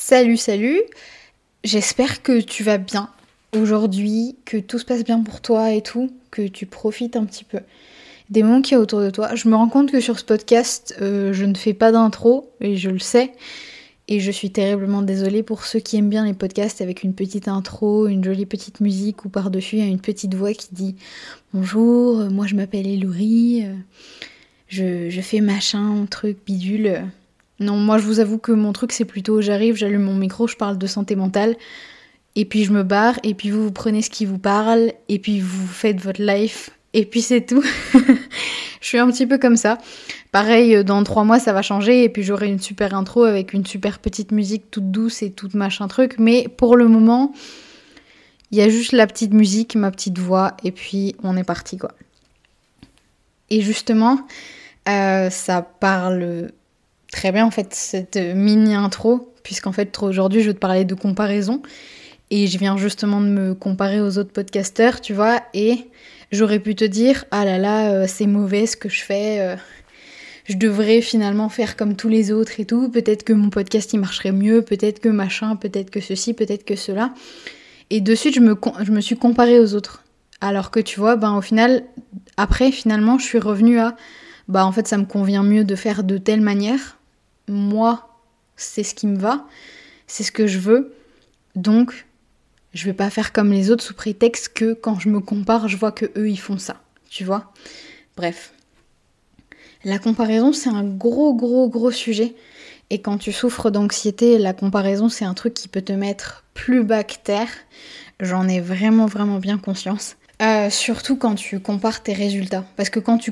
Salut, j'espère que tu vas bien aujourd'hui, que tout se passe bien pour toi et tout, que tu profites un petit peu des moments qu'il y a autour de toi. Je me rends compte que sur ce podcast, je ne fais pas d'intro, et je le sais, et je suis terriblement désolée pour ceux qui aiment bien les podcasts avec une petite intro, une jolie petite musique, ou par-dessus il y a une petite voix qui dit « Bonjour, moi je m'appelle Elourie, je fais machin, truc, bidule ». Non, moi je vous avoue que mon truc c'est plutôt j'arrive, j'allume mon micro, je parle de santé mentale, et puis je me barre, et puis vous prenez ce qui vous parle, et puis vous faites votre life, et puis c'est tout. Je suis un petit peu comme ça. Pareil, dans 3 mois ça va changer, et puis j'aurai une super intro avec une super petite musique toute douce et toute machin truc, mais pour le moment, il y a juste la petite musique, ma petite voix, et puis on est parti quoi. Et justement, ça parle très bien en fait cette mini intro, puisqu'en fait aujourd'hui je vais te parler de comparaison et je viens justement de me comparer aux autres podcasteurs, tu vois, et j'aurais pu te dire ah là là c'est mauvais ce que je fais, je devrais finalement faire comme tous les autres et tout, peut-être que mon podcast il marcherait mieux, peut-être que machin, peut-être que ceci, peut-être que cela, et de suite je me suis comparée aux autres, alors que tu vois, au final, après finalement je suis revenue à en fait ça me convient mieux de faire de telle manière. Moi, c'est ce qui me va, c'est ce que je veux, donc je vais pas faire comme les autres sous prétexte que quand je me compare, je vois que eux ils font ça, tu vois. Bref, la comparaison c'est un gros sujet, et quand tu souffres d'anxiété, la comparaison c'est un truc qui peut te mettre plus bas que terre, j'en ai vraiment bien conscience. Surtout quand tu compares tes résultats. Parce que quand tu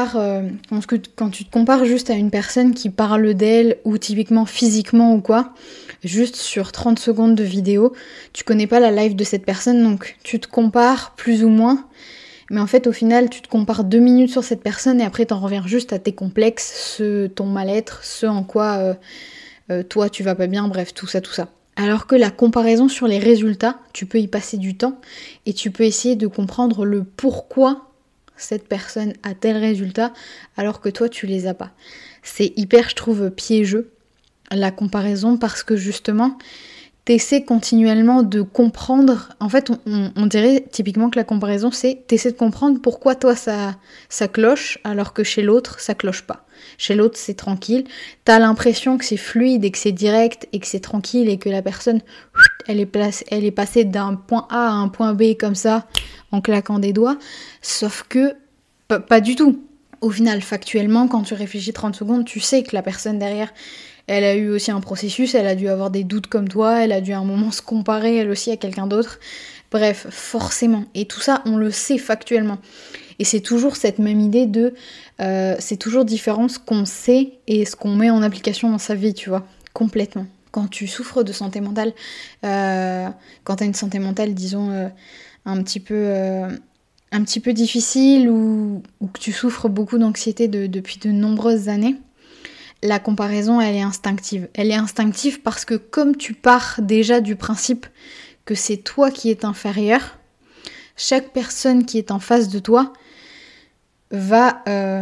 te compares juste à une personne qui parle d'elle, ou typiquement physiquement ou quoi, juste sur 30 secondes de vidéo, tu connais pas la life de cette personne, donc tu te compares plus ou moins, mais en fait au final tu te compares 2 minutes sur cette personne, et après t'en reviens juste à tes complexes, ton mal-être, ce en quoi toi tu vas pas bien, bref, tout ça. Alors que la comparaison sur les résultats, tu peux y passer du temps et tu peux essayer de comprendre le pourquoi cette personne a tel résultat alors que toi tu les as pas. C'est hyper, je trouve, piégeux la comparaison, parce que justement t'essaies continuellement de comprendre. En fait on dirait typiquement que la comparaison c'est t'essaies de comprendre pourquoi toi ça cloche alors que chez l'autre ça cloche pas. Chez l'autre c'est tranquille, t'as l'impression que c'est fluide et que c'est direct et que c'est tranquille et que la personne elle est passée d'un point A à un point B comme ça en claquant des doigts, sauf que pas du tout. Au final, factuellement, quand tu réfléchis 30 secondes, tu sais que la personne derrière, elle a eu aussi un processus, elle a dû avoir des doutes comme toi, elle a dû à un moment se comparer elle aussi à quelqu'un d'autre. Bref, forcément. Et tout ça, on le sait factuellement. Et c'est toujours cette même idée de... c'est toujours différent ce qu'on sait et ce qu'on met en application dans sa vie, tu vois, complètement. Quand tu souffres de santé mentale, quand t'as une santé mentale, disons, un petit peu difficile, ou que tu souffres beaucoup d'anxiété depuis de nombreuses années, la comparaison, elle est instinctive. Elle est instinctive parce que comme tu pars déjà du principe que c'est toi qui es inférieur, chaque personne qui est en face de toi va,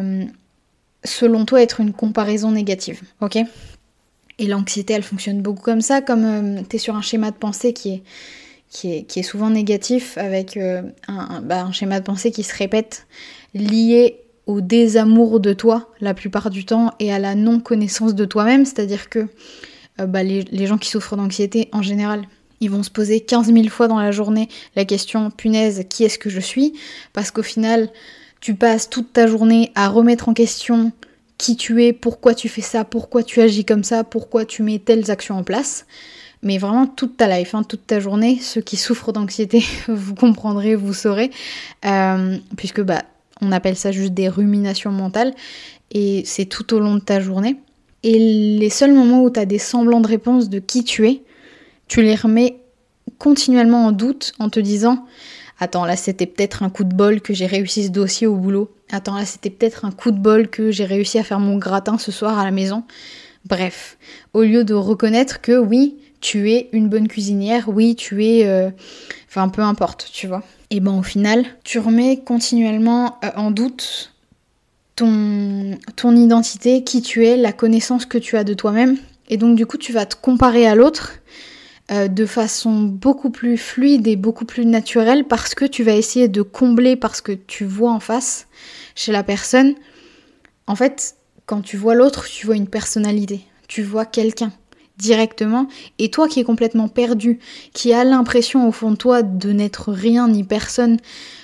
selon toi, être une comparaison négative, ok ? Et l'anxiété, elle fonctionne beaucoup comme ça, comme t'es sur un schéma de pensée qui est souvent négatif, avec un schéma de pensée qui se répète, lié au désamour de toi la plupart du temps et à la non-connaissance de toi-même, c'est-à-dire que les gens qui souffrent d'anxiété en général, ils vont se poser 15 000 fois dans la journée la question « punaise, qui est-ce que je suis ?» Parce qu'au final, tu passes toute ta journée à remettre en question qui tu es, pourquoi tu fais ça, pourquoi tu agis comme ça, pourquoi tu mets telles actions en place. Mais vraiment toute ta life, toute ta journée. Ceux qui souffrent d'anxiété, vous comprendrez, vous saurez, puisque on appelle ça juste des ruminations mentales, et c'est tout au long de ta journée. Et les seuls moments où tu as des semblants de réponse de qui tu es, tu les remets continuellement en doute en te disant « Attends, là c'était peut-être un coup de bol que j'ai réussi ce dossier au boulot. Attends, là c'était peut-être un coup de bol que j'ai réussi à faire mon gratin ce soir à la maison. » Bref, au lieu de reconnaître que oui, tu es une bonne cuisinière, oui, tu es... peu importe, tu vois. Et au final, tu remets continuellement en doute ton identité, qui tu es, la connaissance que tu as de toi-même. Et donc du coup, tu vas te comparer à l'autre, de façon beaucoup plus fluide et beaucoup plus naturelle parce que tu vas essayer de combler parce que tu vois en face chez la personne. En fait, quand tu vois l'autre, tu vois une personnalité, tu vois quelqu'un directement, et toi qui es complètement perdu, qui a l'impression au fond de toi de n'être rien ni personne,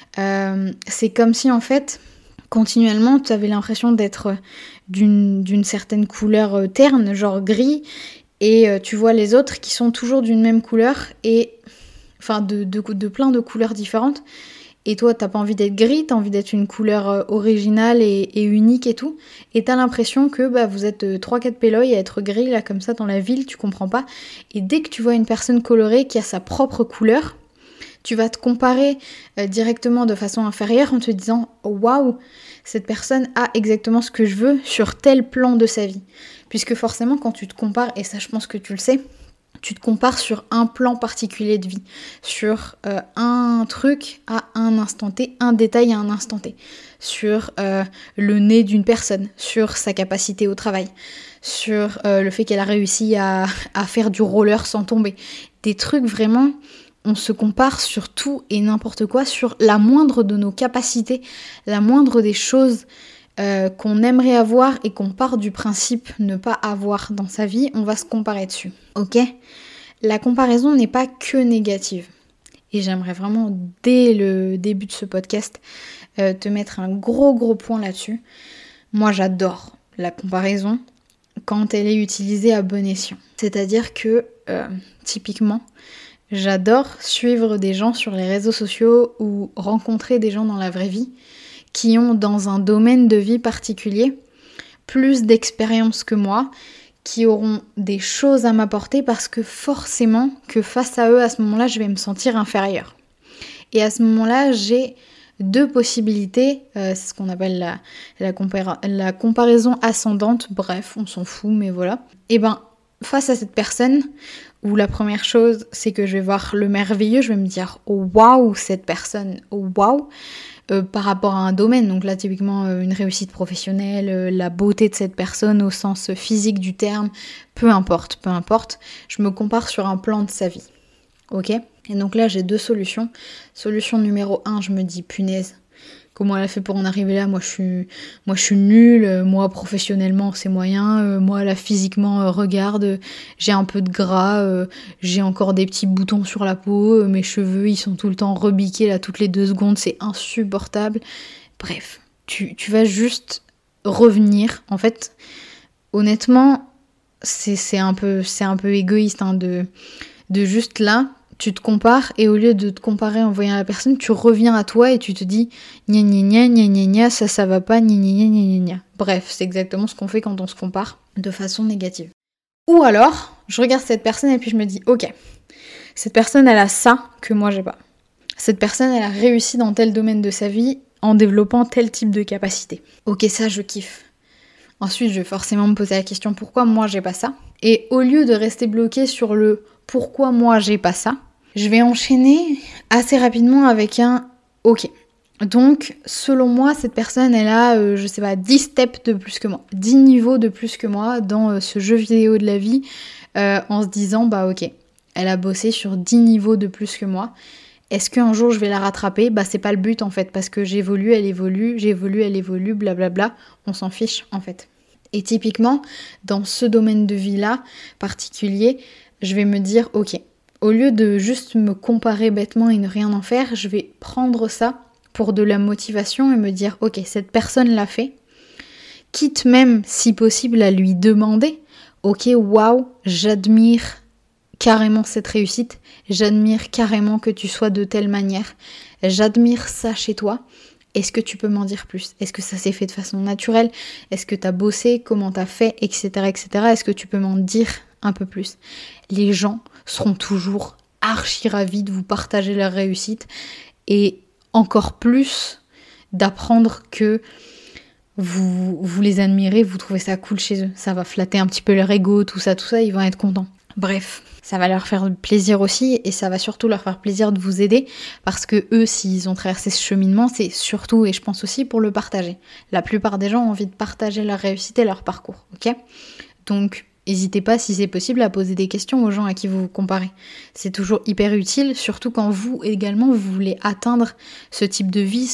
c'est comme si en fait continuellement tu avais l'impression d'être d'une certaine couleur terne, genre gris, et tu vois les autres qui sont toujours d'une même couleur, et enfin de plein de couleurs différentes. Et toi, t'as pas envie d'être gris, t'as envie d'être une couleur originale et unique et tout. Et t'as l'impression que vous êtes 3-4 péloïs à être gris, là, comme ça, dans la ville, tu comprends pas. Et dès que tu vois une personne colorée qui a sa propre couleur, tu vas te comparer directement de façon inférieure en te disant « Waouh, cette personne a exactement ce que je veux sur tel plan de sa vie. » Puisque forcément, quand tu te compares, et ça je pense que tu le sais, tu te compares sur un plan particulier de vie, sur un truc à un instant T, un détail à un instant T, sur le nez d'une personne, sur sa capacité au travail, sur le fait qu'elle a réussi à faire du roller sans tomber. Des trucs vraiment, on se compare sur tout et n'importe quoi, sur la moindre de nos capacités, la moindre des choses qu'on aimerait avoir et qu'on part du principe ne pas avoir dans sa vie, on va se comparer dessus. Ok ? La comparaison n'est pas que négative. Et j'aimerais vraiment, dès le début de ce podcast, te mettre un gros point là-dessus. Moi, j'adore la comparaison quand elle est utilisée à bon escient. C'est-à-dire que, typiquement, j'adore suivre des gens sur les réseaux sociaux ou rencontrer des gens dans la vraie vie qui ont, dans un domaine de vie particulier, plus d'expérience que moi, qui auront des choses à m'apporter parce que forcément que face à eux, à ce moment-là, je vais me sentir inférieure. Et à ce moment-là, j'ai deux possibilités, c'est ce qu'on appelle la comparaison ascendante, bref, on s'en fout, mais voilà. Et face à cette personne, où la première chose, c'est que je vais voir le merveilleux, je vais me dire « Oh waouh, cette personne, oh waouh !» par rapport à un domaine, donc là typiquement une réussite professionnelle, la beauté de cette personne au sens physique du terme, peu importe, je me compare sur un plan de sa vie, ok ? Et donc là j'ai deux solutions. Solution numéro 1, je me dis punaise, comment elle a fait pour en arriver là, moi je suis nulle, moi professionnellement c'est moyen, moi là physiquement regarde, j'ai un peu de gras, j'ai encore des petits boutons sur la peau, mes cheveux ils sont tout le temps rebiqués là toutes les 2 secondes, c'est insupportable. Bref, tu vas juste revenir, en fait, honnêtement c'est un peu égoïste de juste là, tu te compares et au lieu de te comparer en voyant la personne, tu reviens à toi et tu te dis gna gna gna gna gna, ça va pas, gna gna gna gna gna. Bref, c'est exactement ce qu'on fait quand on se compare de façon négative. Ou alors, je regarde cette personne et puis je me dis ok, cette personne elle a ça que moi j'ai pas. Cette personne elle a réussi dans tel domaine de sa vie en développant tel type de capacité. Ok, ça je kiffe. Ensuite, je vais forcément me poser la question pourquoi moi j'ai pas ça. Et au lieu de rester bloqué sur le pourquoi moi j'ai pas ça, je vais enchaîner assez rapidement avec un ok. Donc, selon moi, cette personne, elle a, 10 steps de plus que moi, 10 niveaux de plus que moi dans ce jeu vidéo de la vie, en se disant, ok, elle a bossé sur 10 niveaux de plus que moi. Est-ce qu'un jour je vais la rattraper ? C'est pas le but en fait, parce que j'évolue, elle évolue, blablabla, on s'en fiche en fait. Et typiquement, dans ce domaine de vie-là particulier, je vais me dire, ok, au lieu de juste me comparer bêtement et ne rien en faire, je vais prendre ça pour de la motivation et me dire, ok, cette personne l'a fait, quitte même, si possible, à lui demander, ok, waouh, j'admire carrément cette réussite, j'admire carrément que tu sois de telle manière, j'admire ça chez toi, est-ce que tu peux m'en dire plus ? Est-ce que ça s'est fait de façon naturelle ? Est-ce que t'as bossé ? Comment t'as fait ? Etc. Est-ce que tu peux m'en dire un peu plus ? Les gens seront toujours archi ravis de vous partager leur réussite et encore plus d'apprendre que vous les admirez, vous trouvez ça cool chez eux. Ça va flatter un petit peu leur ego, tout ça, ils vont être contents. Bref, ça va leur faire plaisir aussi et ça va surtout leur faire plaisir de vous aider parce que eux, s'ils ont traversé ce cheminement, c'est surtout, et je pense aussi, pour le partager. La plupart des gens ont envie de partager leur réussite et leur parcours, ok ? Donc, N'hésitez pas, si c'est possible, à poser des questions aux gens à qui vous vous comparez. C'est toujours hyper utile, surtout quand vous également vous voulez atteindre ce type de vie,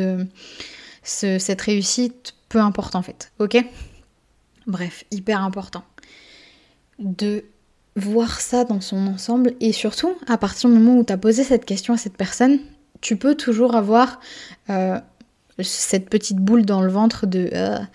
cette réussite, peu importe en fait, ok ? Bref, hyper important de voir ça dans son ensemble, et surtout, à partir du moment où tu as posé cette question à cette personne, tu peux toujours avoir cette petite boule dans le ventre de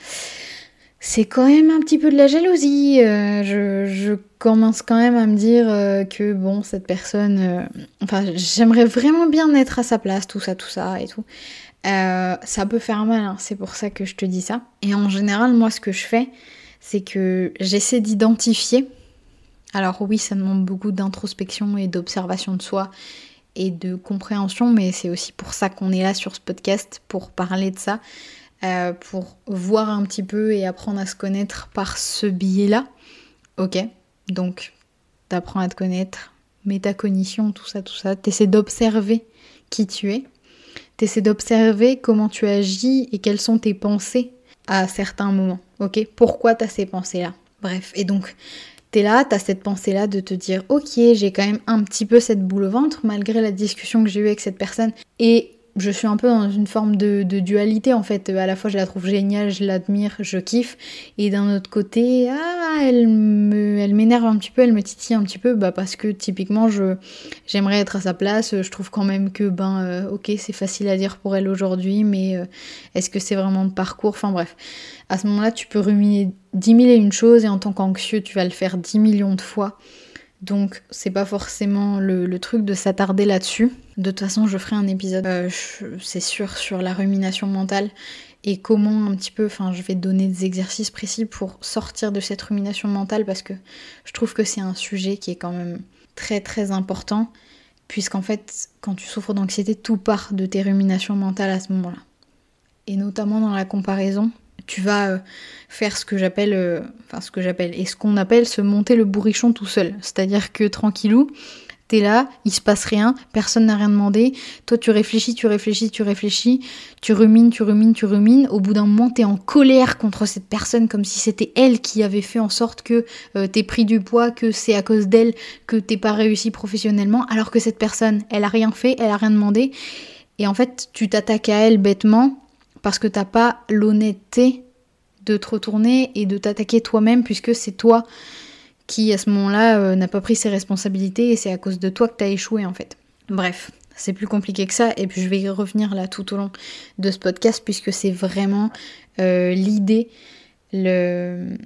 c'est quand même un petit peu de la jalousie. Je commence quand même à me dire que bon, cette personne, j'aimerais vraiment bien être à sa place, tout ça et tout. Ça peut faire mal, hein, c'est pour ça que je te dis ça. Et en général, moi, ce que je fais, c'est que j'essaie d'identifier. Alors oui, ça demande beaucoup d'introspection et d'observation de soi et de compréhension, mais c'est aussi pour ça qu'on est là sur ce podcast, pour parler de ça, pour voir un petit peu et apprendre à se connaître par ce biais-là. Ok, donc t'apprends à te connaître, métacognition, tout ça, t'essaies d'observer qui tu es, t'essaies d'observer comment tu agis et quelles sont tes pensées à certains moments, ok ? Pourquoi t'as ces pensées-là ? Bref, et donc t'es là, t'as cette pensée-là de te dire « Ok, j'ai quand même un petit peu cette boule au ventre, malgré la discussion que j'ai eue avec cette personne. » Et je suis un peu dans une forme de dualité, en fait. À la fois, je la trouve géniale, je l'admire, je kiffe. Et d'un autre côté, elle m'énerve un petit peu, elle me titille un petit peu, parce que typiquement, j'aimerais être à sa place. Je trouve quand même que, ok, c'est facile à dire pour elle aujourd'hui, mais est-ce que c'est vraiment de parcours ? Enfin bref, à ce moment-là, tu peux ruminer 10 000 et une choses, et en tant qu'anxieux, tu vas le faire 10 millions de fois. Donc c'est pas forcément le truc de s'attarder là-dessus. De toute façon, je ferai un épisode, c'est sûr, sur la rumination mentale et comment un petit peu, je vais te donner des exercices précis pour sortir de cette rumination mentale, parce que je trouve que c'est un sujet qui est quand même très très important, puisqu'en fait, quand tu souffres d'anxiété, tout part de tes ruminations mentales à ce moment-là. Et notamment dans la comparaison, tu vas faire ce qu'on appelle se monter le bourrichon tout seul. C'est-à-dire que tranquillou, t'es là, il se passe rien, personne n'a rien demandé, toi tu réfléchis, tu rumines, au bout d'un moment t'es en colère contre cette personne comme si c'était elle qui avait fait en sorte que t'aies pris du poids, que c'est à cause d'elle que t'es pas réussi professionnellement, alors que cette personne, elle a rien fait, elle a rien demandé, et en fait tu t'attaques à elle bêtement, parce que t'as pas l'honnêteté de te retourner et de t'attaquer toi-même, puisque c'est toi qui, à ce moment-là, n'a pas pris ses responsabilités, et c'est à cause de toi que t'as échoué, en fait. Bref, c'est plus compliqué que ça, et puis je vais y revenir là tout au long de ce podcast, puisque c'est vraiment l'idée que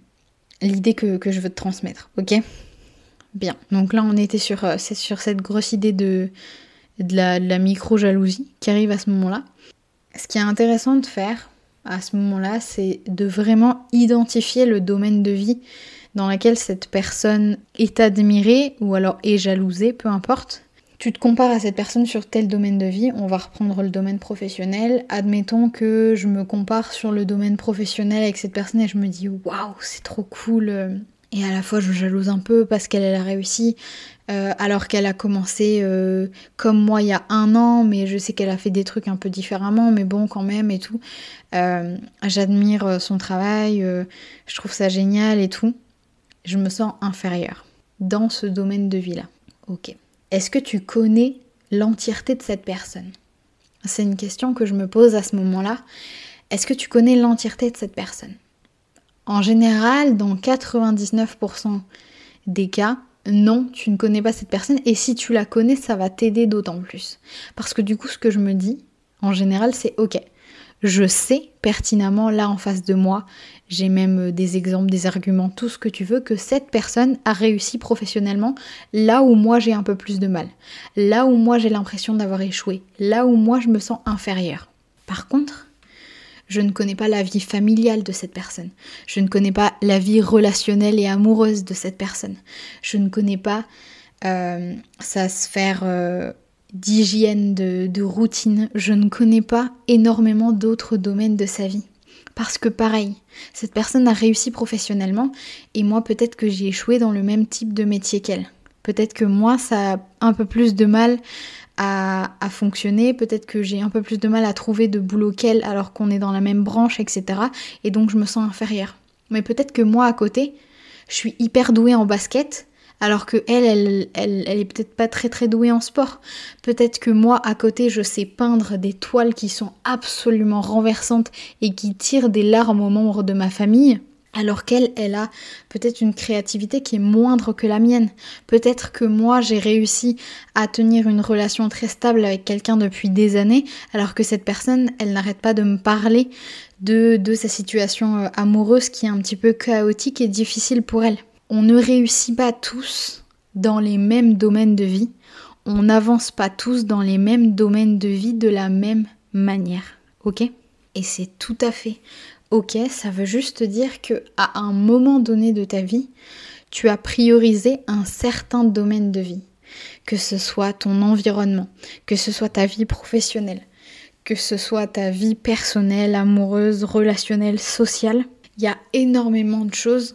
je veux te transmettre, ok ? Bien, donc là on était sur cette grosse idée de la micro-jalousie qui arrive à ce moment-là. Ce qui est intéressant de faire à ce moment-là, c'est de vraiment identifier le domaine de vie dans lequel cette personne est admirée ou alors est jalousée, peu importe. Tu te compares à cette personne sur tel domaine de vie, on va reprendre le domaine professionnel. Admettons que je me compare sur le domaine professionnel avec cette personne et je me dis « Waouh, c'est trop cool !» Et à la fois, je jalouse un peu parce qu'elle a réussi, alors qu'elle a commencé comme moi il y a 1 an, mais je sais qu'elle a fait des trucs un peu différemment, mais bon, quand même, et tout. J'admire son travail, je trouve ça génial et tout. Je me sens inférieure dans ce domaine de vie-là. Ok. Est-ce que tu connais l'entièreté de cette personne ? C'est une question que je me pose à ce moment-là. Est-ce que tu connais l'entièreté de cette personne ? En général, dans 99% des cas, non, tu ne connais pas cette personne, et si tu la connais, ça va t'aider d'autant plus. Parce que du coup, ce que je me dis, en général, c'est ok, je sais pertinemment, là en face de moi, j'ai même des exemples, des arguments, tout ce que tu veux, que cette personne a réussi professionnellement là où moi j'ai un peu plus de mal, là où moi j'ai l'impression d'avoir échoué, là où moi je me sens inférieure. Par contre, je ne connais pas la vie familiale de cette personne. Je ne connais pas la vie relationnelle et amoureuse de cette personne. Je ne connais pas sa sphère d'hygiène, de routine. Je ne connais pas énormément d'autres domaines de sa vie. Parce que pareil, cette personne a réussi professionnellement et moi peut-être que j'ai échoué dans le même type de métier qu'elle. Peut-être que moi ça a un peu plus de mal à fonctionner, peut-être que j'ai un peu plus de mal à trouver de boulot qu'elle alors qu'on est dans la même branche, etc. Et donc je me sens inférieure. Mais peut-être que moi à côté, je suis hyper douée en basket, alors que elle est peut-être pas très très douée en sport. Peut-être que moi, à côté, je sais peindre des toiles qui sont absolument renversantes et qui tirent des larmes aux membres de ma famille. Alors qu'elle, elle a peut-être une créativité qui est moindre que la mienne. Peut-être que moi, j'ai réussi à tenir une relation très stable avec quelqu'un depuis des années, alors que cette personne, elle n'arrête pas de me parler de sa situation amoureuse qui est un petit peu chaotique et difficile pour elle. On ne réussit pas tous dans les mêmes domaines de vie. On n'avance pas tous dans les mêmes domaines de vie de la même manière. Ok ? Et c'est tout à fait ok, ça veut juste dire qu'à un moment donné de ta vie, tu as priorisé un certain domaine de vie. Que ce soit ton environnement, que ce soit ta vie professionnelle, que ce soit ta vie personnelle, amoureuse, relationnelle, sociale. Il y a énormément de choses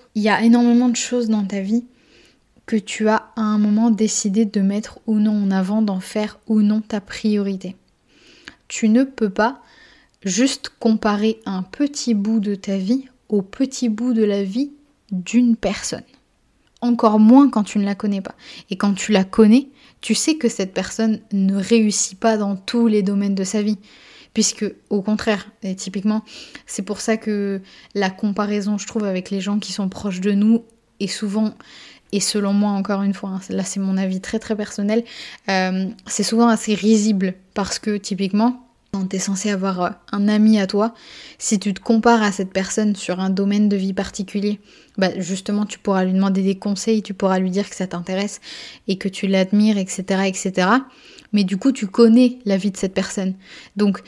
dans ta vie que tu as à un moment décidé de mettre ou non en avant, d'en faire ou non ta priorité. Tu ne peux pas juste comparer un petit bout de ta vie au petit bout de la vie d'une personne. Encore moins quand tu ne la connais pas. Et quand tu la connais, tu sais que cette personne ne réussit pas dans tous les domaines de sa vie. Puisque, au contraire, et typiquement, c'est pour ça que la comparaison, je trouve, avec les gens qui sont proches de nous est souvent, et selon moi encore une fois, hein, là c'est mon avis très très personnel, c'est souvent assez risible. Parce que, typiquement, quand tu es censé avoir un ami à toi, si tu te compares à cette personne sur un domaine de vie particulier, bah justement tu pourras lui demander des conseils, tu pourras lui dire que ça t'intéresse et que tu l'admires, etc., etc. Mais du coup tu connais la vie de cette personne. Donc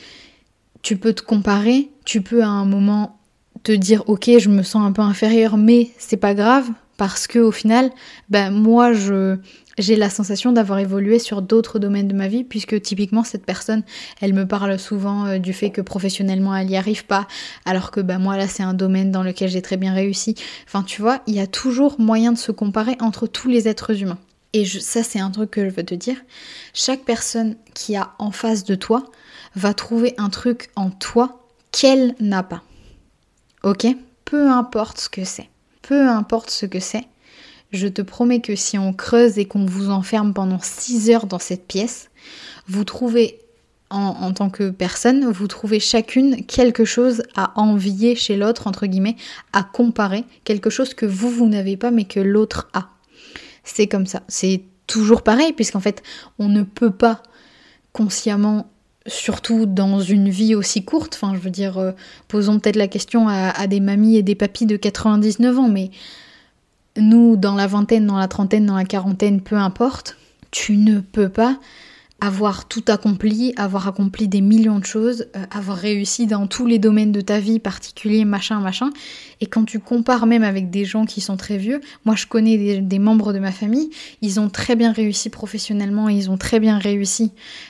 tu peux te comparer, tu peux à un moment te dire ok je me sens un peu inférieure mais c'est pas grave parce que au final, moi j'ai la sensation d'avoir évolué sur d'autres domaines de ma vie puisque typiquement cette personne, elle me parle souvent du fait que professionnellement elle n'y arrive pas alors que moi là c'est un domaine dans lequel j'ai très bien réussi. Enfin tu vois, il y a toujours moyen de se comparer entre tous les êtres humains. Et ça c'est un truc que je veux te dire, chaque personne qui a en face de toi va trouver un truc en toi qu'elle n'a pas. Ok ? Peu importe ce que c'est. Peu importe ce que c'est, je te promets que si on creuse et qu'on vous enferme pendant 6 heures dans cette pièce, vous trouvez, en tant que personne, vous trouvez chacune quelque chose à envier chez l'autre, entre guillemets, à comparer, quelque chose que vous n'avez pas mais que l'autre a. C'est comme ça, c'est toujours pareil, puisqu'en fait, on ne peut pas consciemment, surtout dans une vie aussi courte, enfin je veux dire, posons peut-être la question à des mamies et des papis de 99 ans, mais nous, dans la vingtaine, dans la trentaine, dans la quarantaine, peu importe, tu ne peux pas avoir tout accompli, avoir accompli des millions de choses, avoir réussi dans tous les domaines de ta vie, particuliers, machin. Et quand tu compares même avec des gens qui sont très vieux, moi je connais des membres de ma famille, ils ont très bien réussi professionnellement, ils ont très bien réussi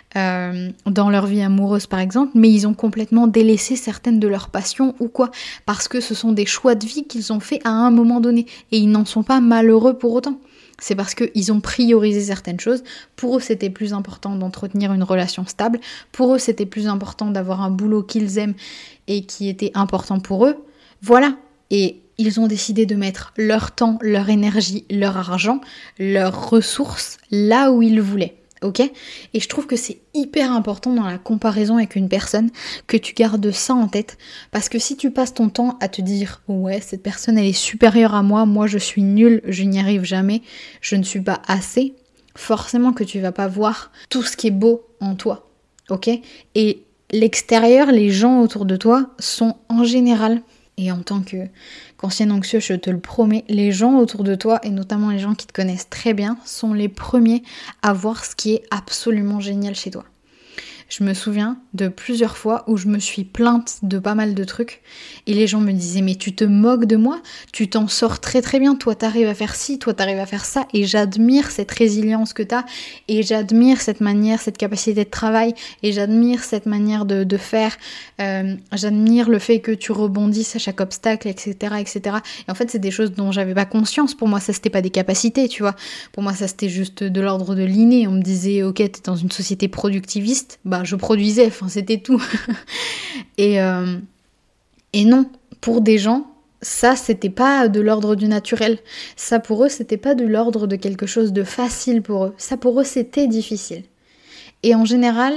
dans leur vie amoureuse par exemple, mais ils ont complètement délaissé certaines de leurs passions ou quoi, parce que ce sont des choix de vie qu'ils ont fait à un moment donné, et ils n'en sont pas malheureux pour autant. C'est parce qu'ils ont priorisé certaines choses. Pour eux, c'était plus important d'entretenir une relation stable. Pour eux, c'était plus important d'avoir un boulot qu'ils aiment et qui était important pour eux. Voilà. Et ils ont décidé de mettre leur temps, leur énergie, leur argent, leurs ressources là où ils voulaient. Ok ? Et je trouve que c'est hyper important dans la comparaison avec une personne que tu gardes ça en tête, parce que si tu passes ton temps à te dire ouais cette personne elle est supérieure à moi je suis nulle, je n'y arrive jamais, je ne suis pas assez, forcément que tu vas pas voir tout ce qui est beau en toi, ok ? Et l'extérieur, les gens autour de toi sont en général, et en tant qu'ancienne anxieuse, je te le promets, les gens autour de toi, et notamment les gens qui te connaissent très bien, sont les premiers à voir ce qui est absolument génial chez toi. Je me souviens de plusieurs fois où je me suis plainte de pas mal de trucs et les gens me disaient mais tu te moques de moi, tu t'en sors très très bien, toi t'arrives à faire ci, toi t'arrives à faire ça, et j'admire cette résilience que t'as et j'admire cette manière, cette capacité de travail, et j'admire cette manière de faire, j'admire le fait que tu rebondisses à chaque obstacle, etc. etc. Et en fait c'est des choses dont j'avais pas conscience, pour moi ça c'était pas des capacités, tu vois, pour moi ça c'était juste de l'ordre de l'inné. On me disait ok t'es dans une société productiviste, je produisais, enfin c'était tout. et non, pour des gens, ça, c'était pas de l'ordre du naturel. Ça, pour eux, c'était pas de l'ordre de quelque chose de facile pour eux. Ça, pour eux, c'était difficile. Et en général,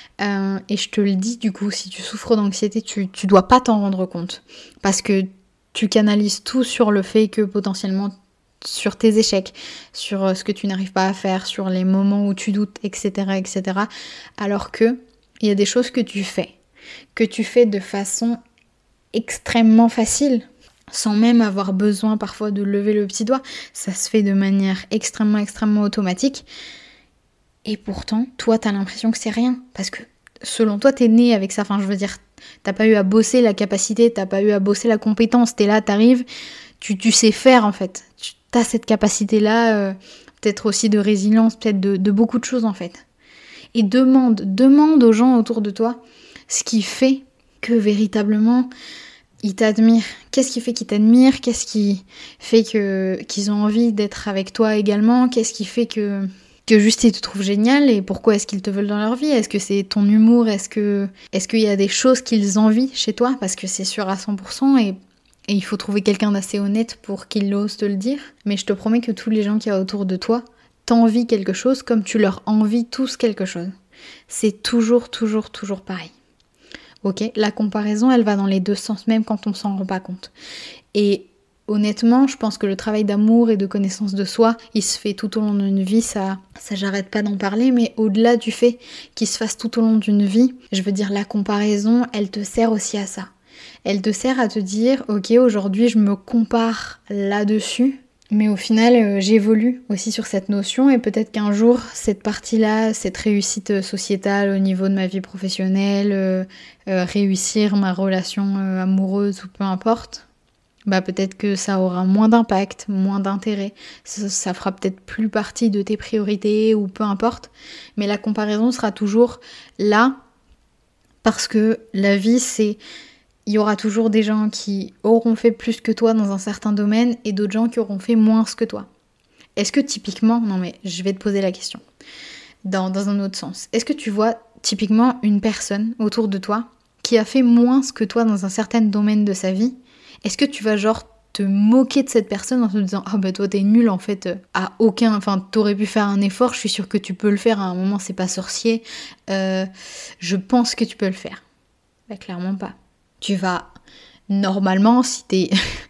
et je te le dis du coup, si tu souffres d'anxiété, tu dois pas t'en rendre compte. Parce que tu canalises tout sur le fait que potentiellement, sur tes échecs, sur ce que tu n'arrives pas à faire, sur les moments où tu doutes, etc., etc. Alors que il y a des choses que tu fais de façon extrêmement facile, sans même avoir besoin parfois de lever le petit doigt. Ça se fait de manière extrêmement, extrêmement automatique. Et pourtant, toi, t'as l'impression que c'est rien. Parce que, selon toi, t'es né avec ça. Enfin, je veux dire, t'as pas eu à bosser la capacité, t'as pas eu à bosser la compétence. T'es là, t'arrives, tu sais faire, en fait. T'as cette capacité-là, peut-être aussi de résilience, peut-être de beaucoup de choses, en fait. Et demande aux gens autour de toi ce qui fait que, véritablement, ils t'admirent. Qu'est-ce qui fait qu'ils t'admirent? Qu'est-ce qui fait qu'ils ont envie d'être avec toi également? Qu'est-ce qui fait que juste ils te trouvent génial, et pourquoi est-ce qu'ils te veulent dans leur vie? Est-ce que c'est ton humour? Est-ce qu'il y a des choses qu'ils envient chez toi? Parce que c'est sûr à 100%, et il faut trouver quelqu'un d'assez honnête pour qu'il ose te le dire. Mais je te promets que tous les gens qu'il y a autour de toi t'envient quelque chose comme tu leur envies tous quelque chose. C'est toujours, toujours, toujours pareil. Ok, la comparaison, elle va dans les deux sens, même quand on s'en rend pas compte. Et honnêtement, je pense que le travail d'amour et de connaissance de soi, il se fait tout au long d'une vie, ça j'arrête pas d'en parler, mais au-delà du fait qu'il se fasse tout au long d'une vie, je veux dire, la comparaison, elle te sert aussi à ça. Elle te sert à te dire, ok, aujourd'hui je me compare là-dessus, mais au final, j'évolue aussi sur cette notion, et peut-être qu'un jour, cette partie-là, cette réussite sociétale au niveau de ma vie professionnelle, réussir ma relation amoureuse ou peu importe, bah peut-être que ça aura moins d'impact, moins d'intérêt, ça fera peut-être plus partie de tes priorités ou peu importe, mais la comparaison sera toujours là, parce que la vie, il y aura toujours des gens qui auront fait plus que toi dans un certain domaine et d'autres gens qui auront fait moins que toi. Est-ce que typiquement, non mais je vais te poser la question, dans un autre sens, est-ce que tu vois typiquement une personne autour de toi qui a fait moins que toi dans un certain domaine de sa vie? Est-ce que tu vas genre te moquer de cette personne en te disant « Ah bah toi t'es nul en fait, t'aurais pu faire un effort, je suis sûre que tu peux le faire, à un moment c'est pas sorcier, je pense que tu peux le faire. » Bah clairement pas. Tu vas, normalement, si t'es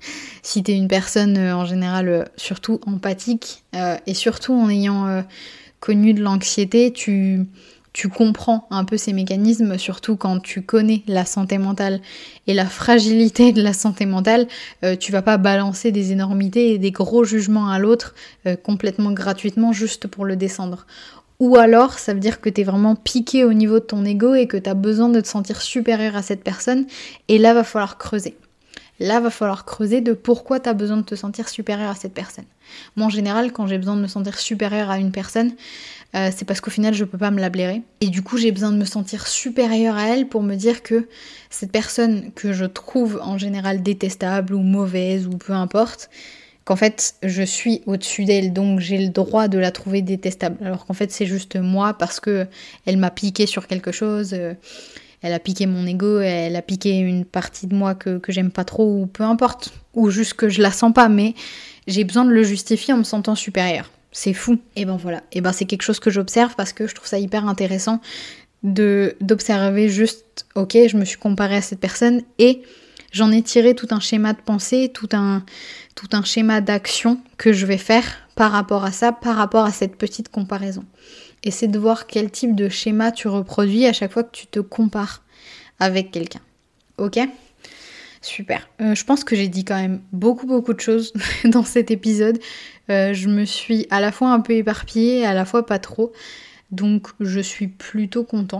une personne en général surtout empathique, et surtout en ayant connu de l'anxiété, tu comprends un peu ces mécanismes, surtout quand tu connais la santé mentale et la fragilité de la santé mentale. Tu vas pas balancer des énormités et des gros jugements à l'autre complètement gratuitement juste pour le descendre. Ou alors, ça veut dire que t'es vraiment piqué au niveau de ton ego et que t'as besoin de te sentir supérieur à cette personne. Et là, va falloir creuser. Là, va falloir creuser de pourquoi t'as besoin de te sentir supérieur à cette personne. Moi, en général, quand j'ai besoin de me sentir supérieur à une personne, c'est parce qu'au final, je peux pas me la blairer. Et du coup, j'ai besoin de me sentir supérieur à elle pour me dire que cette personne que je trouve en général détestable ou mauvaise ou peu importe, qu'en fait je suis au-dessus d'elle, donc j'ai le droit de la trouver détestable, alors qu'en fait c'est juste moi parce que elle m'a piqué sur quelque chose, elle a piqué mon ego, elle a piqué une partie de moi que j'aime pas trop ou peu importe, ou juste que je la sens pas, mais j'ai besoin de le justifier en me sentant supérieure. C'est fou. Et ben voilà, et ben c'est quelque chose que j'observe parce que je trouve ça hyper intéressant d'observer juste, ok, je me suis comparée à cette personne et j'en ai tiré tout un schéma de pensée, tout un schéma d'action que je vais faire par rapport à ça, par rapport à cette petite comparaison. Et c'est de voir quel type de schéma tu reproduis à chaque fois que tu te compares avec quelqu'un. Ok ? Super. Je pense que j'ai dit quand même beaucoup de choses dans cet épisode. Je me suis à la fois un peu éparpillée, à la fois pas trop. Donc je suis plutôt content.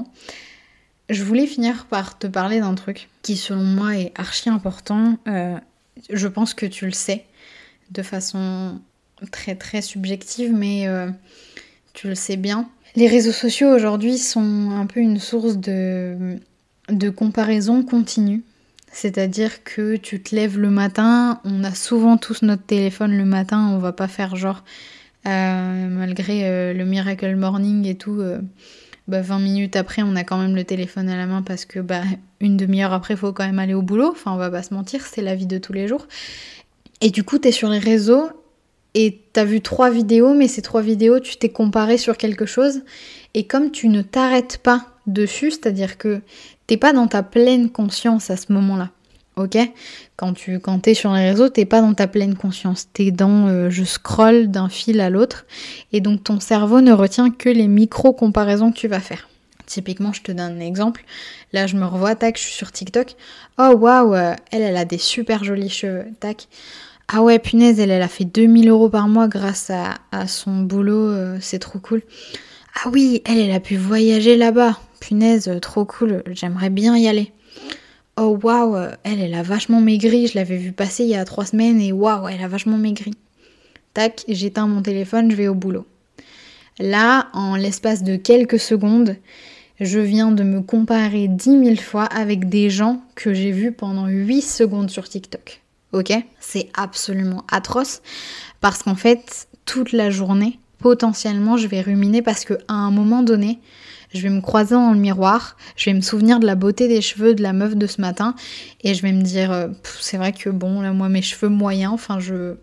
Je voulais finir par te parler d'un truc qui selon moi est archi important. Je pense que tu le sais de façon très très subjective, mais tu le sais bien. Les réseaux sociaux aujourd'hui sont un peu une source de comparaison continue. C'est-à-dire que tu te lèves le matin, on a souvent tous notre téléphone le matin, on va pas faire genre, malgré le Miracle Morning et tout, 20 minutes après, on a quand même le téléphone à la main parce que une demi-heure après, il faut quand même aller au boulot. Enfin, on va pas se mentir, c'est la vie de tous les jours. Et du coup, t'es sur les réseaux et t'as vu 3 vidéos, mais ces 3 vidéos, tu t'es comparé sur quelque chose. Et comme tu ne t'arrêtes pas dessus, c'est-à-dire que t'es pas dans ta pleine conscience à ce moment-là. Ok ? Quand t'es sur les réseaux, t'es pas dans ta pleine conscience. T'es dans je scrolle d'un fil à l'autre. Et donc ton cerveau ne retient que les micro-comparaisons que tu vas faire. Typiquement, je te donne un exemple. Là, je me revois, tac, je suis sur TikTok. Oh waouh, elle a des super jolis cheveux, tac. Ah ouais, punaise, elle a fait 2000 € par mois grâce à son boulot, c'est trop cool. Ah oui, elle a pu voyager là-bas. Punaise, trop cool, j'aimerais bien y aller. Oh waouh, elle a vachement maigri, je l'avais vue passer il y a 3 semaines et waouh, elle a vachement maigri. Tac, j'éteins mon téléphone, je vais au boulot. Là, en l'espace de quelques secondes, je viens de me comparer 10 000 fois avec des gens que j'ai vus pendant 8 secondes sur TikTok. Ok ? C'est absolument atroce parce qu'en fait, toute la journée, potentiellement, je vais ruminer parce qu'à un moment donné, je vais me croiser dans le miroir, je vais me souvenir de la beauté des cheveux de la meuf de ce matin et je vais me dire, c'est vrai que bon, là, moi, mes cheveux moyens, enfin,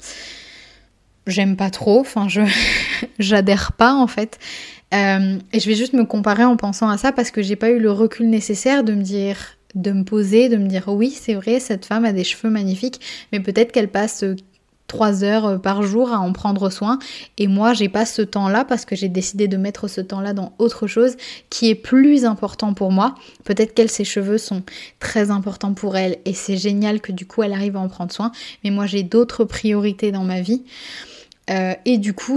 j'aime pas trop, enfin, j'adhère pas en fait. Et je vais juste me comparer en pensant à ça parce que j'ai pas eu le recul nécessaire de me dire, de me poser, de me dire oui, c'est vrai, cette femme a des cheveux magnifiques, mais peut-être qu'elle passe 3 heures par jour à en prendre soin et moi j'ai pas ce temps-là parce que j'ai décidé de mettre ce temps-là dans autre chose qui est plus important pour moi. Peut-être qu'elle, ses cheveux sont très importants pour elle et c'est génial que du coup elle arrive à en prendre soin, mais moi j'ai d'autres priorités dans ma vie et du coup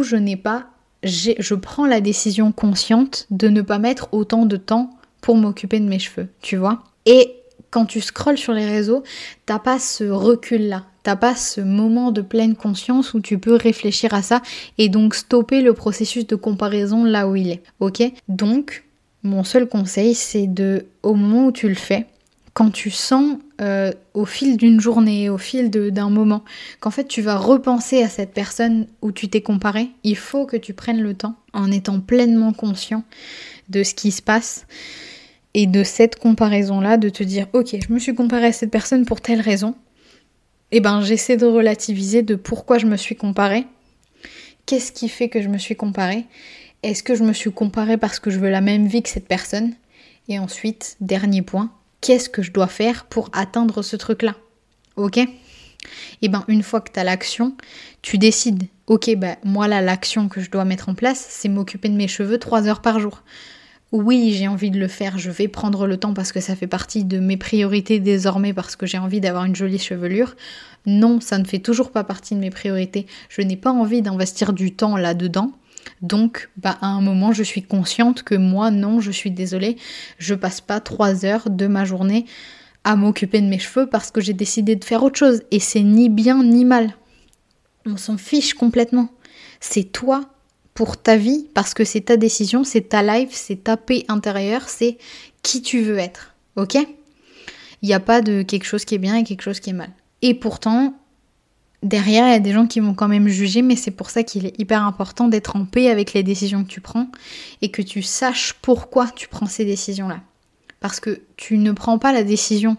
je prends la décision consciente de ne pas mettre autant de temps pour m'occuper de mes cheveux, tu vois. Et quand tu scrolles sur les réseaux, t'as pas ce recul-là, t'as pas ce moment de pleine conscience où tu peux réfléchir à ça et donc stopper le processus de comparaison là où il est, ok ? Donc, mon seul conseil, c'est au moment où tu le fais, quand tu sens au fil d'une journée, au fil d'un moment, qu'en fait tu vas repenser à cette personne où tu t'es comparé, il faut que tu prennes le temps, en étant pleinement conscient de ce qui se passe et de cette comparaison-là, de te dire ok, je me suis comparée à cette personne pour telle raison, et j'essaie de relativiser de pourquoi je me suis comparée, qu'est-ce qui fait que je me suis comparée, est-ce que je me suis comparée parce que je veux la même vie que cette personne, et ensuite, dernier point, qu'est-ce que je dois faire pour atteindre ce truc-là, ok ? Et une fois que tu as l'action, tu décides, ok, moi là, l'action que je dois mettre en place, c'est m'occuper de mes cheveux 3 heures par jour. Oui, j'ai envie de le faire, je vais prendre le temps parce que ça fait partie de mes priorités désormais parce que j'ai envie d'avoir une jolie chevelure. Non, ça ne fait toujours pas partie de mes priorités. Je n'ai pas envie d'investir du temps là-dedans. Donc, à un moment, je suis consciente que moi, non, je suis désolée, je passe pas 3 heures de ma journée à m'occuper de mes cheveux parce que j'ai décidé de faire autre chose. Et c'est ni bien ni mal. On s'en fiche complètement. C'est toi pour ta vie, parce que c'est ta décision, c'est ta life, c'est ta paix intérieure, c'est qui tu veux être, ok ? Il n'y a pas de quelque chose qui est bien et quelque chose qui est mal. Et pourtant, derrière, il y a des gens qui vont quand même juger, mais c'est pour ça qu'il est hyper important d'être en paix avec les décisions que tu prends et que tu saches pourquoi tu prends ces décisions-là. Parce que tu ne prends pas la décision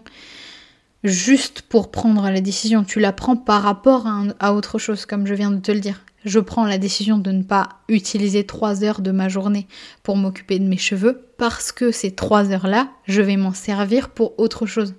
juste pour prendre la décision, tu la prends par rapport à autre chose, comme je viens de te le dire. Je prends la décision de ne pas utiliser 3 heures de ma journée pour m'occuper de mes cheveux parce que ces 3 heures-là, je vais m'en servir pour autre chose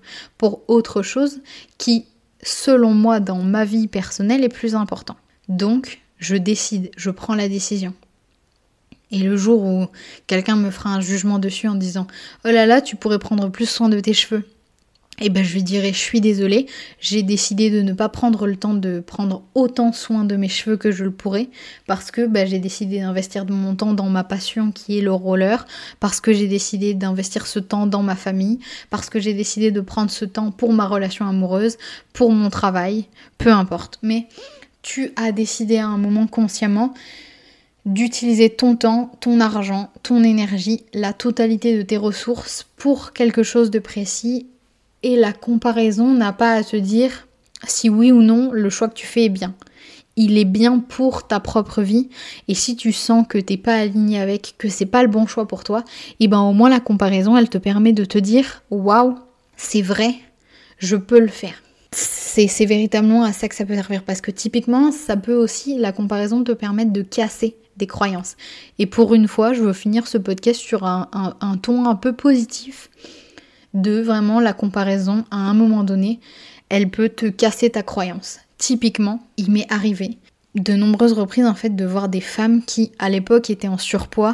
qui, selon moi, dans ma vie personnelle, est plus important. Donc, je décide, je prends la décision. Et le jour où quelqu'un me fera un jugement dessus en disant « Oh là là, tu pourrais prendre plus soin de tes cheveux », je lui dirais, je suis désolée, j'ai décidé de ne pas prendre le temps de prendre autant soin de mes cheveux que je le pourrais, parce que j'ai décidé d'investir de mon temps dans ma passion qui est le roller, parce que j'ai décidé d'investir ce temps dans ma famille, parce que j'ai décidé de prendre ce temps pour ma relation amoureuse, pour mon travail, peu importe. Mais tu as décidé à un moment consciemment d'utiliser ton temps, ton argent, ton énergie, la totalité de tes ressources pour quelque chose de précis. Et la comparaison n'a pas à te dire si oui ou non le choix que tu fais est bien. il est bien pour ta propre vie. Et si tu sens que t'es pas aligné avec, que c'est pas le bon choix pour toi, et ben au moins la comparaison, elle te permet de te dire waouh, c'est vrai, je peux le faire. C'est véritablement à ça que ça peut servir, parce que typiquement, ça peut aussi, la comparaison, te permettre de casser des croyances. Et pour une fois, je veux finir ce podcast sur un ton un peu positif, de vraiment la comparaison, à un moment donné, elle peut te casser ta croyance. Typiquement, il m'est arrivé de nombreuses reprises en fait de voir des femmes qui à l'époque étaient en surpoids,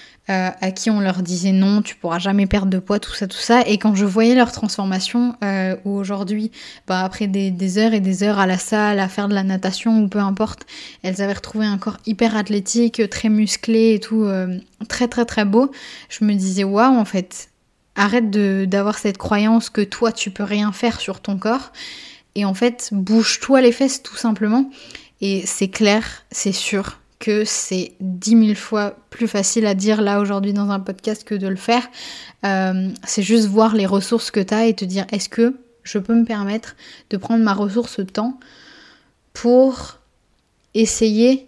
à qui on leur disait non, tu pourras jamais perdre de poids, tout ça, et quand je voyais leur transformation, où aujourd'hui, après des heures et des heures à la salle, à faire de la natation ou peu importe, elles avaient retrouvé un corps hyper athlétique, très musclé et tout, très très très beau, je me disais waouh, en fait, arrête d'avoir cette croyance que toi tu peux rien faire sur ton corps, et en fait, bouge-toi les fesses tout simplement. Et c'est clair, c'est sûr que c'est 10 000 fois plus facile à dire là aujourd'hui dans un podcast que de le faire. C'est juste voir les ressources que tu as et te dire est-ce que je peux me permettre de prendre ma ressource temps pour essayer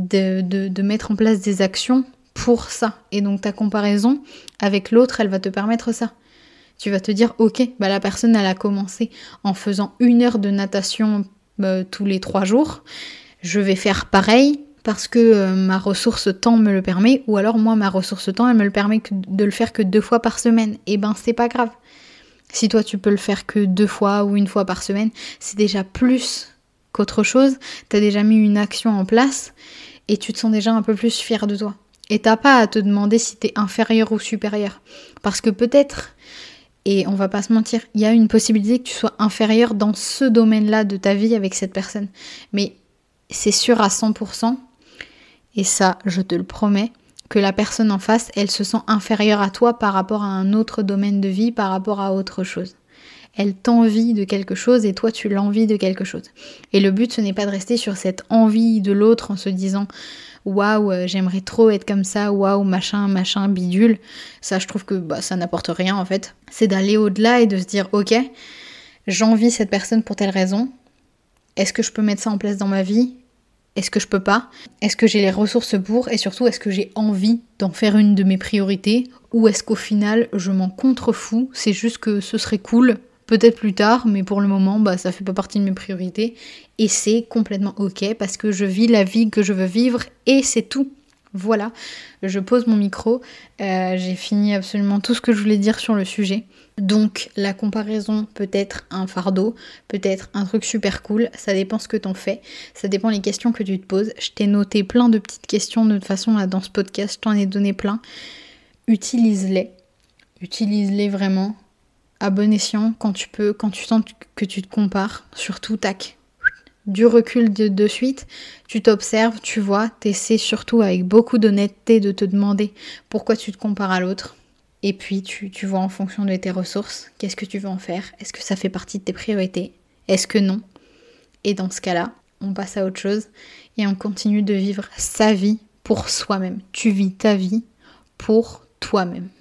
de mettre en place des actions pour ça. Et donc ta comparaison avec l'autre, elle va te permettre ça. Tu vas te dire, ok, la personne, elle a commencé en faisant 1 heure de natation tous les 3 jours. Je vais faire pareil parce que ma ressource temps me le permet. Ou alors moi, ma ressource temps, elle me le permet de le faire que 2 fois par semaine. Et c'est pas grave. Si toi, tu peux le faire que 2 fois ou 1 fois par semaine, c'est déjà plus qu'autre chose. T'as déjà mis une action en place et tu te sens déjà un peu plus fier de toi. Et t'as pas à te demander si t'es inférieur ou supérieur. Parce que peut-être... Et on va pas se mentir, il y a une possibilité que tu sois inférieur dans ce domaine-là de ta vie avec cette personne. Mais c'est sûr à 100%, et ça, je te le promets, que la personne en face, elle se sent inférieure à toi par rapport à un autre domaine de vie, par rapport à autre chose. Elle t'envie de quelque chose et toi, tu l'envies de quelque chose. Et le but, ce n'est pas de rester sur cette envie de l'autre en se disant « Waouh, j'aimerais trop être comme ça, waouh, machin, bidule ». Ça, je trouve que ça n'apporte rien en fait. C'est d'aller au-delà et de se dire « Ok, j'envie cette personne pour telle raison. Est-ce que je peux mettre ça en place dans ma vie ? Est-ce que je peux pas ? Est-ce que j'ai les ressources pour ? Et surtout, est-ce que j'ai envie d'en faire une de mes priorités ? Ou est-ce qu'au final, je m'en contrefous ? C'est juste que ce serait cool, peut-être plus tard, mais pour le moment, ça fait pas partie de mes priorités. Et c'est complètement ok, parce que je vis la vie que je veux vivre, et c'est tout. Voilà, je pose mon micro, j'ai fini absolument tout ce que je voulais dire sur le sujet. Donc la comparaison peut être un fardeau, peut être un truc super cool, ça dépend ce que t'en fais, ça dépend les questions que tu te poses. Je t'ai noté plein de petites questions de toute façon là dans ce podcast, je t'en ai donné plein. Utilise-les vraiment à bon escient quand tu peux, quand tu sens que tu te compares, surtout tac. Du recul de suite, tu t'observes, tu vois, t'essaies surtout avec beaucoup d'honnêteté de te demander pourquoi tu te compares à l'autre. Et puis tu vois en fonction de tes ressources, qu'est-ce que tu veux en faire ? Est-ce que ça fait partie de tes priorités ? Est-ce que non ? Et dans ce cas-là, on passe à autre chose et on continue de vivre sa vie pour soi-même. Tu vis ta vie pour toi-même.